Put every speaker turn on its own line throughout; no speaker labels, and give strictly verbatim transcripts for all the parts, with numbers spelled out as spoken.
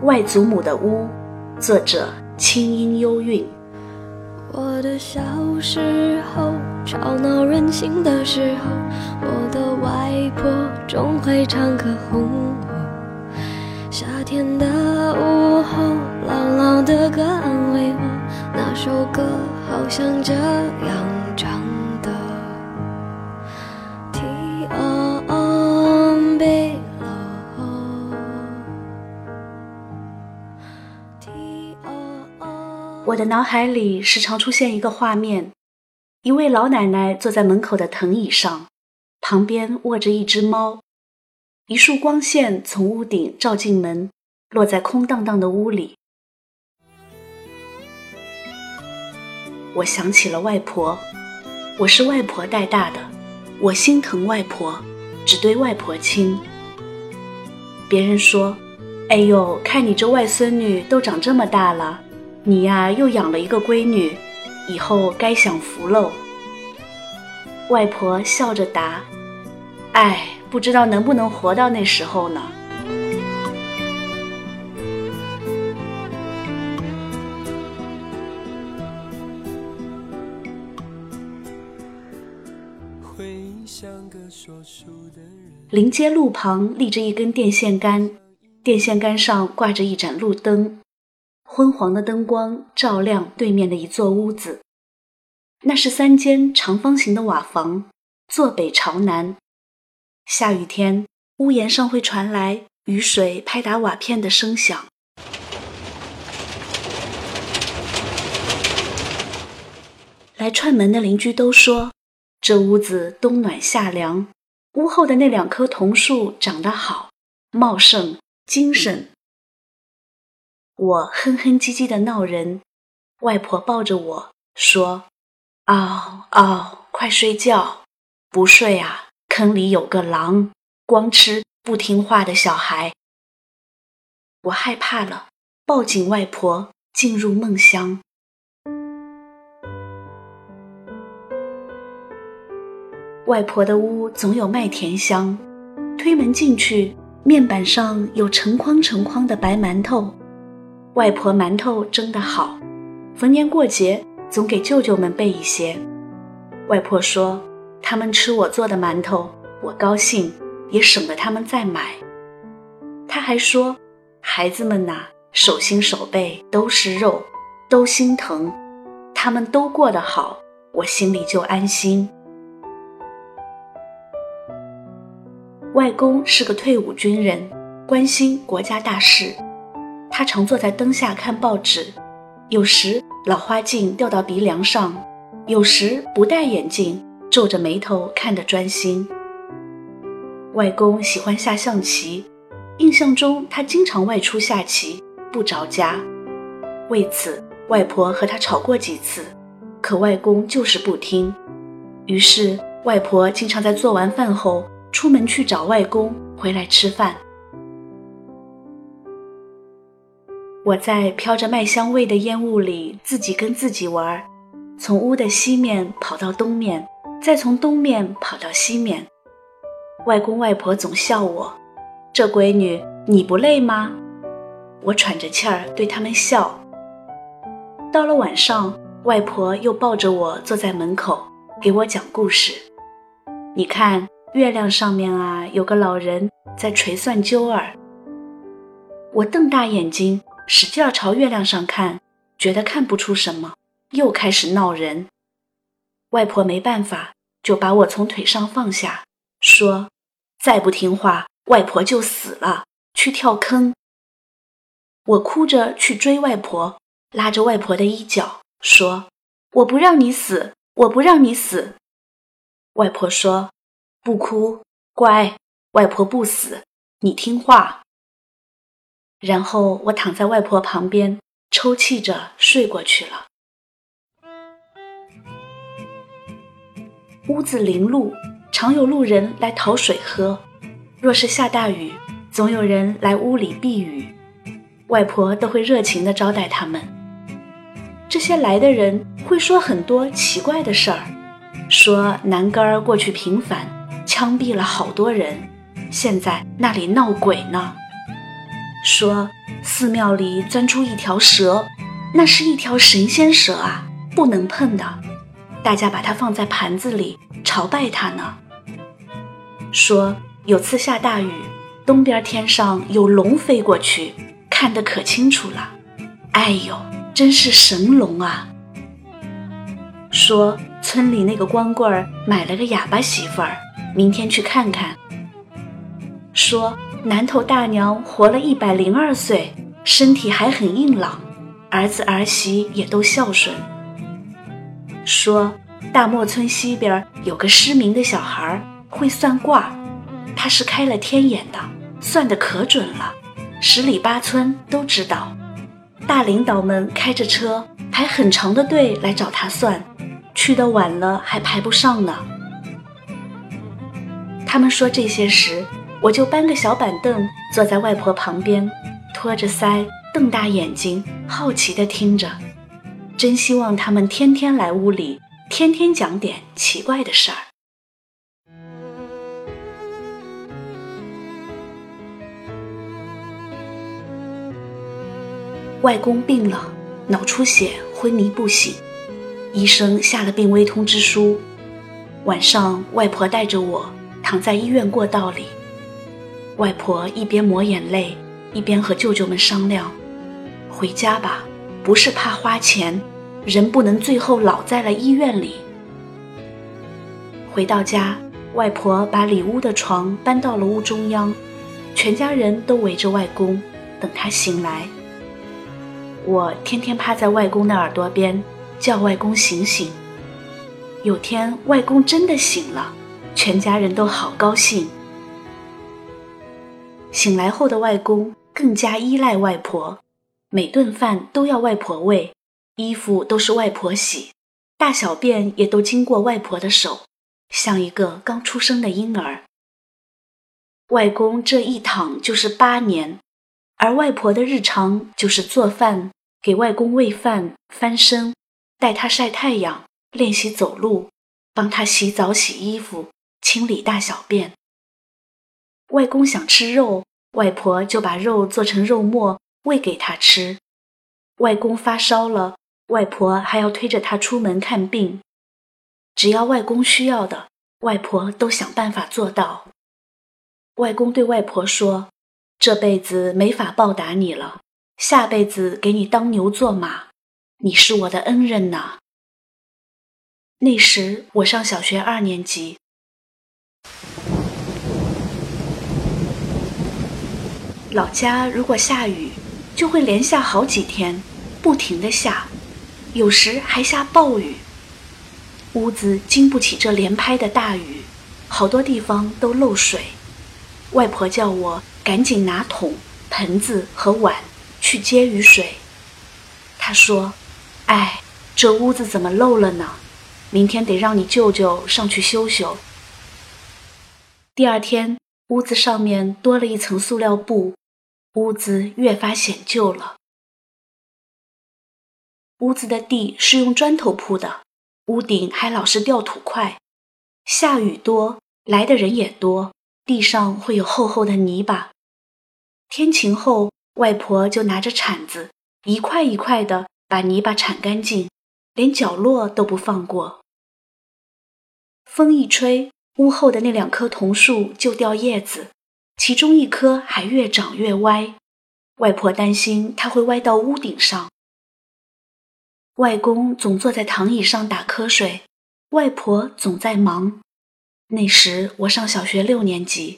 外祖母的屋，作者清音幽韵。
我的小时候，吵闹任性的时候，我的外婆总会唱歌哄我。夏天的午后，牢牢的歌安慰我，那首歌好像这样唱的。
我的脑海里时常出现一个画面，一位老奶奶坐在门口的藤椅上，旁边卧着一只猫，一束光线从屋顶照进门，落在空荡荡的屋里。我想起了外婆，我是外婆带大的，我心疼外婆，只对外婆亲。别人说，哎呦，看你这外孙女都长这么大了，你呀又养了一个闺女，以后该享福喽。外婆笑着答，哎，不知道能不能活到那时候呢。临街路旁立着一根电线杆，电线杆上挂着一盏路灯，昏黄的灯光照亮对面的一座屋子。那是三间长方形的瓦房，坐北朝南。下雨天，屋檐上会传来雨水拍打瓦片的声响。来串门的邻居都说，这屋子冬暖夏凉，屋后的那两棵桐树长得好，茂盛，精神。我哼哼唧唧地闹人，外婆抱着我说，嗷嗷，快睡觉，不睡啊，坑里有个狼，光吃不听话的小孩。我害怕了，抱紧外婆，进入梦乡。外婆的屋总有麦田香，推门进去，面板上有成筐成筐的白馒头。外婆馒头蒸得好，逢年过节总给舅舅们备一些。外婆说，他们吃我做的馒头，我高兴，也省得他们再买。她还说，孩子们呐，手心手背都是肉，都心疼，他们都过得好，我心里就安心。外公是个退伍军人，关心国家大事。他常坐在灯下看报纸，有时老花镜掉到鼻梁上，有时不戴眼镜，皱着眉头看得专心。外公喜欢下象棋，印象中他经常外出下棋，不着家。为此，外婆和他吵过几次，可外公就是不听。于是，外婆经常在做完饭后出门去找外公，回来吃饭。我在飘着麦香味的烟雾里自己跟自己玩，从屋的西面跑到东面，再从东面跑到西面。外公外婆总笑我，这闺女你不累吗？我喘着气儿对他们笑。到了晚上，外婆又抱着我坐在门口，给我讲故事。你看，月亮上面啊，有个老人在捶算鸠儿。我瞪大眼睛，使劲朝月亮上看，觉得看不出什么，又开始闹人。外婆没办法，就把我从腿上放下，说，再不听话，外婆就死了，去跳坑。我哭着去追外婆，拉着外婆的衣角，说，我不让你死，我不让你死。外婆说，不哭，乖，外婆不死，你听话。然后我躺在外婆旁边，抽泣着睡过去了。屋子临路，常有路人来讨水喝，若是下大雨，总有人来屋里避雨，外婆都会热情地招待他们。这些来的人会说很多奇怪的事儿，说南根儿过去平反，枪毙了好多人，现在那里闹鬼呢。 说寺庙里钻出一条蛇，那是一条神仙蛇啊，不能碰的，大家把它放在盘子里朝拜它呢。说有次下大雨，东边天上有龙飞过去，看得可清楚了，哎呦，真是神龙啊。说村里那个光棍儿买了个哑巴媳妇儿，明天去看看。说南头大娘活了一百零二岁，身体还很硬朗，儿子儿媳也都孝顺。说大漠村西边有个失明的小孩会算卦，他是开了天眼的，算得可准了，十里八村都知道。大领导们开着车排很长的队来找他算，去得晚了还排不上呢。他们说这些时，我就搬个小板凳坐在外婆旁边，托着腮瞪大眼睛好奇地听着，真希望他们天天来屋里，天天讲点奇怪的事儿。外公病了，脑出血，昏迷不醒，医生下了病危通知书。晚上外婆带着我躺在医院过道里，外婆一边抹眼泪，一边和舅舅们商量，回家吧，不是怕花钱，人不能最后老在了医院里。回到家，外婆把里屋的床搬到了屋中央，全家人都围着外公，等他醒来。我天天趴在外公的耳朵边，叫外公醒醒。有天外公真的醒了，全家人都好高兴。醒来后的外公更加依赖外婆，每顿饭都要外婆喂，衣服都是外婆洗，大小便也都经过外婆的手，像一个刚出生的婴儿。外公这一躺就是八年，而外婆的日常就是做饭，给外公喂饭，翻身，带他晒太阳，练习走路，帮他洗澡洗衣服，清理大小便。外公想吃肉，外婆就把肉做成肉末喂给他吃。外公发烧了，外婆还要推着他出门看病。只要外公需要的，外婆都想办法做到。外公对外婆说，这辈子没法报答你了，下辈子给你当牛做马，你是我的恩人呐。那时我上小学二年级。老家如果下雨，就会连下好几天，不停地下，有时还下暴雨。屋子经不起这连拍的大雨，好多地方都漏水。外婆叫我赶紧拿桶、盆子和碗去接雨水。她说，哎，这屋子怎么漏了呢？明天得让你舅舅上去修修。第二天，屋子上面多了一层塑料布，屋子越发显旧了。屋子的地是用砖头铺的，屋顶还老是掉土块。下雨多，来的人也多，地上会有厚厚的泥巴。天晴后，外婆就拿着铲子，一块一块地把泥巴铲干净，连角落都不放过。风一吹，屋后的那两棵桐树就掉叶子，其中一棵还越长越歪。外婆担心它会歪到屋顶上。外公总坐在躺椅上打瞌睡，外婆总在忙。那时我上小学六年级。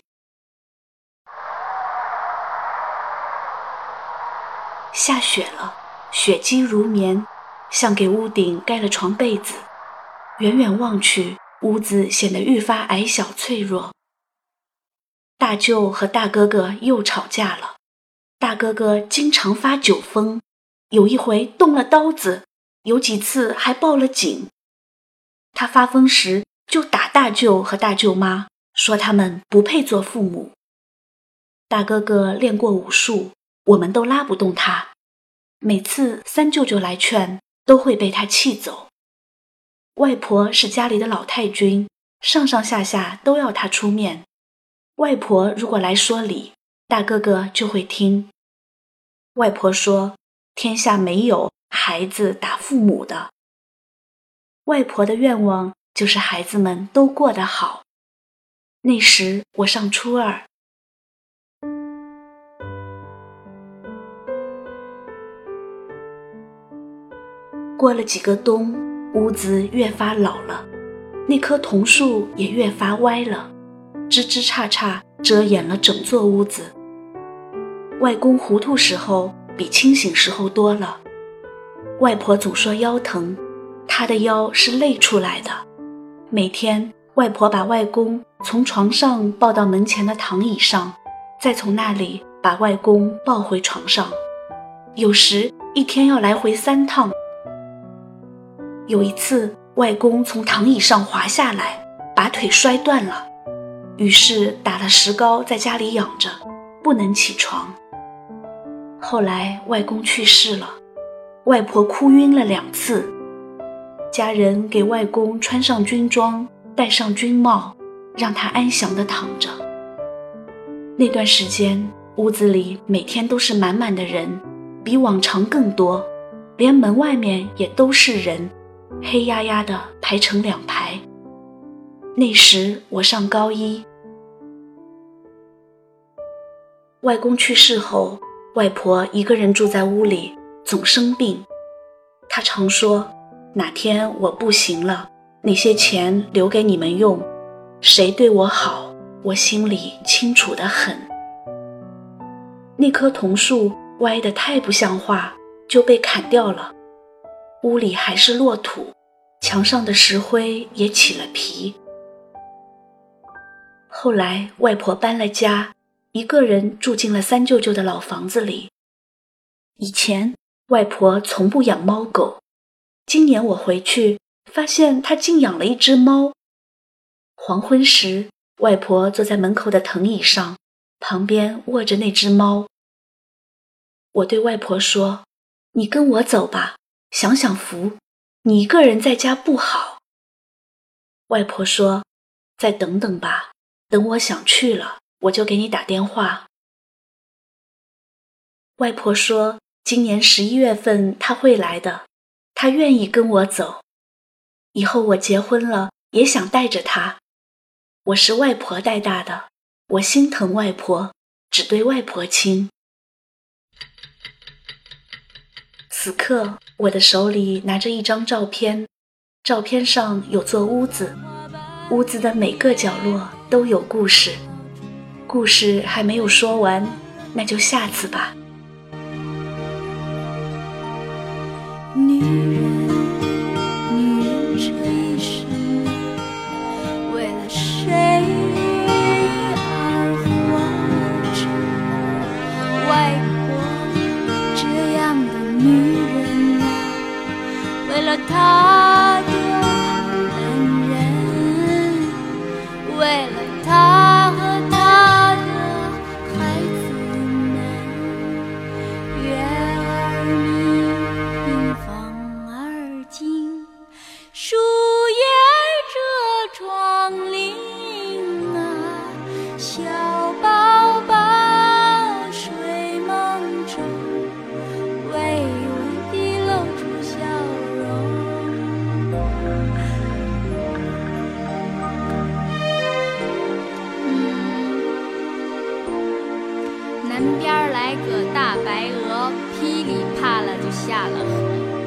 下雪了，雪积如棉，像给屋顶盖了床被子。远远望去，屋子显得愈发矮小脆弱。大舅和大哥哥又吵架了，大哥哥经常发酒疯，有一回动了刀子，有几次还报了警。他发疯时就打大舅和大舅妈，说他们不配做父母。大哥哥练过武术，我们都拉不动他，每次三舅舅来劝，都会被他气走。外婆是家里的老太君，上上下下都要她出面。外婆如果来说理，大哥哥就会听， 外婆说，天下没有孩子打父母的。外婆的愿望就是孩子们都过得好。那时我上初二。过了几个冬，屋子越发老了，那棵桐树也越发歪了，枝枝杈杈遮掩了整座屋子。外公糊涂时候比清醒时候多了。外婆总说腰疼，她的腰是累出来的。每天外婆把外公从床上抱到门前的躺椅上，再从那里把外公抱回床上，有时一天要来回三趟。有一次外公从躺椅上滑下来，把腿摔断了，于是打了石膏在家里养着，不能起床。后来外公去世了，外婆哭晕了两次，家人给外公穿上军装，戴上军帽，让他安详地躺着。那段时间屋子里每天都是满满的人，比往常更多，连门外面也都是人，黑压压的排成两排。那时我上高一。外公去世后，外婆一个人住在屋里，总生病。她常说，哪天我不行了，那些钱留给你们用，谁对我好，我心里清楚得很。那棵桐树歪得太不像话，就被砍掉了，屋里还是落土，墙上的石灰也起了皮。后来外婆搬了家，一个人住进了三舅舅的老房子里。以前外婆从不养猫狗，今年我回去发现她竟养了一只猫。黄昏时，外婆坐在门口的藤椅上，旁边卧着那只猫。我对外婆说，你跟我走吧，享享福，你一个人在家不好。外婆说，再等等吧，等我想去了，我就给你打电话。外婆说，今年十一月份她会来的，她愿意跟我走。以后我结婚了，也想带着她。我是外婆带大的，我心疼外婆，只对外婆亲。此刻我的手里拿着一张照片，照片上有座屋子，屋子的每个角落都有故事。故事还没有说完，那就下次吧。
女人，女人这一生为了谁而活着？外婆这样的女人啊，为了她的男人，为了她和她的孩子们，月儿明，迎风而进，树叶遮窗棂啊，小宝宝睡梦中微微地露出笑容。南边来个大白鹅，噼里啪啦就下了河。